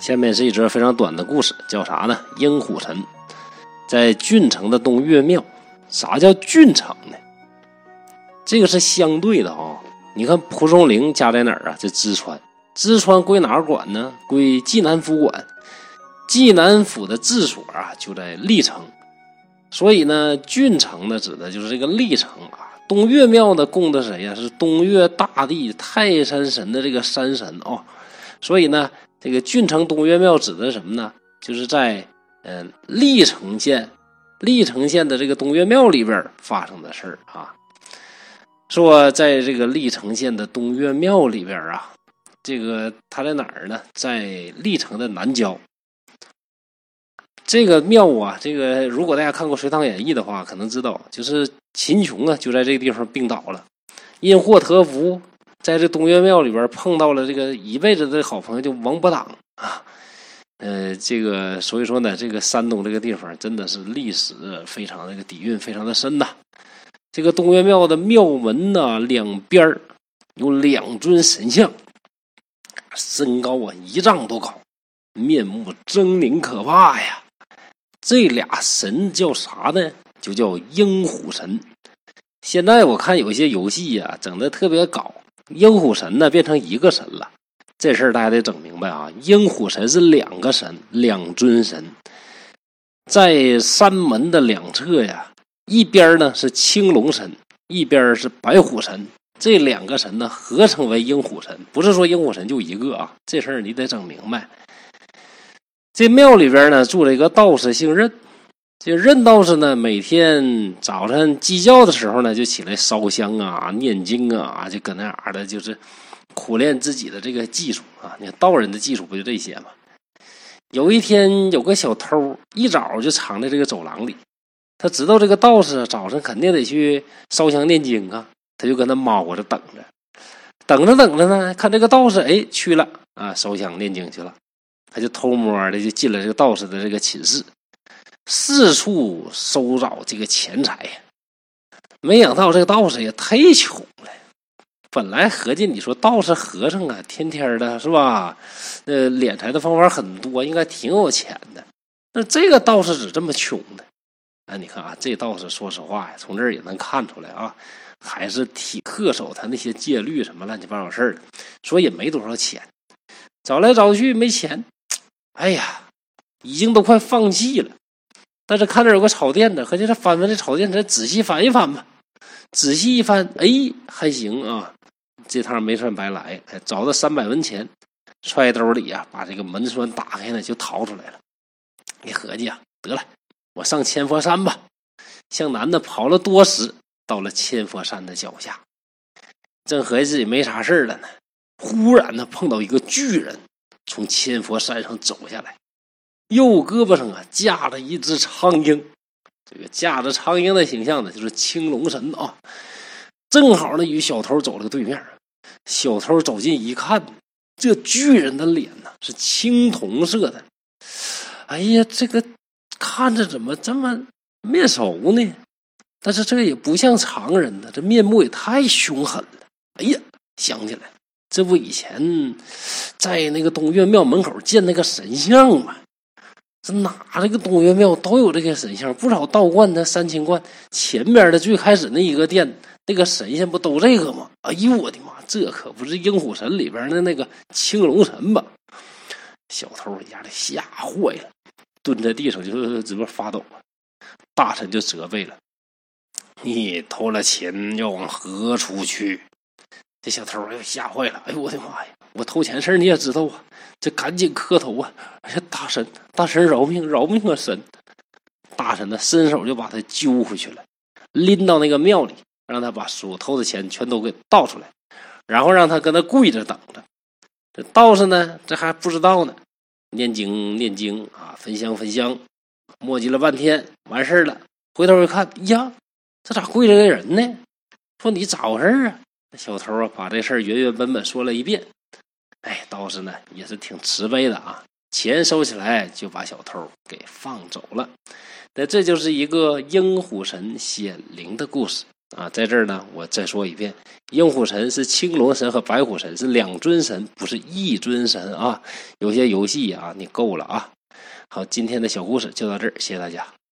下面是一则非常短的故事，叫啥呢？鹰虎神。在郡城的东岳庙。啥叫郡城呢？这个是相对的啊。你看蒲松龄家在哪儿啊？在淄川。淄川归哪儿管呢？归济南府管。济南府的治所啊就在历城。所以呢，郡城呢指的就是这个历城啊。东岳庙呢供的谁呀？是东岳大帝泰山神的这个山神啊。所以呢，这个郡城东岳庙指的是什么呢？就是在历城县的这个东岳庙里边发生的事儿啊。说在这个历城县的东岳庙里边啊，这个它在哪儿呢？在历城的南郊。这个庙啊，这个如果大家看过《隋唐演义》的话，可能知道，就是秦琼啊，就在这个地方病倒了。因祸得福，在这东岳庙里边碰到了这个一辈子的好朋友，就王伯党啊。这个所以说呢，这个山东这个地方真的是历史非常这个底蕴非常的深呐。这个东岳庙的庙门呢，两边有两尊神像，身高啊1丈多高，面目狰狞可怕呀。这俩神叫啥呢？就叫鹰虎神。现在我看有些游戏啊整得特别搞，鹰虎神呢变成一个神了。这事儿大家得整明白啊！鹰虎神是两个神，两尊神，在山门的两侧呀，一边呢是青龙神，一边是白虎神，这两个神呢合称为鹰虎神，不是说鹰虎神就一个啊，这事儿你得整明白。这庙里边呢住了一个道士姓任，这任道士呢每天早晨鸡叫的时候呢就起来烧香啊、念经啊，就搁那样的就是苦练自己的这个技术啊。你看道人的技术不就这些吗？有一天有个小偷一早就藏在这个走廊里，他知道这个道士早晨肯定得去烧香念经啊，他就跟他猫着等着呢，看这个道士去了啊，烧香念经去了，他就偷摸的就进了这个道士的这个寝室，四处搜找这个钱财。没想到这个道士也太穷了，本来合计你说道士和尚啊，天天的是吧？敛财的方法很多，应该挺有钱的。那这个道士只这么穷的？你看啊，这道士说实话呀，从这儿也能看出来啊，还是挺恪守他那些戒律什么乱七八糟事儿的，所以也没多少钱。找来找去没钱，哎呀，已经都快放弃了。但是看这有个草垫子，合计这翻翻这草垫子，仔细翻一翻吧。仔细一翻，还行啊，这趟没算白来，找到300文钱，揣兜里啊，把这个门栓打开呢，就逃出来了。一合计啊，得了，我上千佛山吧。向南的跑了多时，到了千佛山的脚下，正合计自己没啥事了呢，忽然呢碰到一个巨人从千佛山上走下来，右胳膊上啊架着一只苍鹰。这个架着苍鹰的形象呢，就是青龙神啊。正好呢与小偷走了个对面，小偷走近一看，这巨人的脸呢是青铜色的。哎呀，这个看着怎么这么面熟呢？但是这也不像常人呢，这面目也太凶狠了。哎呀，想起来，这不以前在那个东岳庙门口见那个神像吗？这哪这个东岳庙都有这个神像，不少道观的三清观前边的最开始那一个殿，那个神仙不都这个吗？哎呦我的妈，这可不是鹰虎神里边的那个青龙神吧？小偷一下子吓坏了，蹲在地上就直边发抖。大臣就责备了：“你偷了钱要往何处去？”这小偷吓坏了，哎呦我的妈呀！我偷钱事你也知道啊，这赶紧磕头啊！哎呀，大神饶命啊神！大神呢伸手就把他揪回去了，拎到那个庙里，让他把所偷的钱全都给倒出来，然后让他跟他跪着等着。这道士呢，这还不知道呢，念经啊，焚香，磨叽了半天，完事了，回头一看，呀，这咋跪着个人呢？说你咋回事啊？小偷啊，把这事儿原本说了一遍。道士呢也是挺慈悲的啊，钱收起来就把小偷给放走了。那这就是一个鹰虎神显灵的故事。 啊。在这儿呢，我再说一遍，应虎神是青龙神和白虎神是两尊神，不是一尊神啊。有些游戏啊，你够了啊。好，今天的小故事就到这儿，谢谢大家。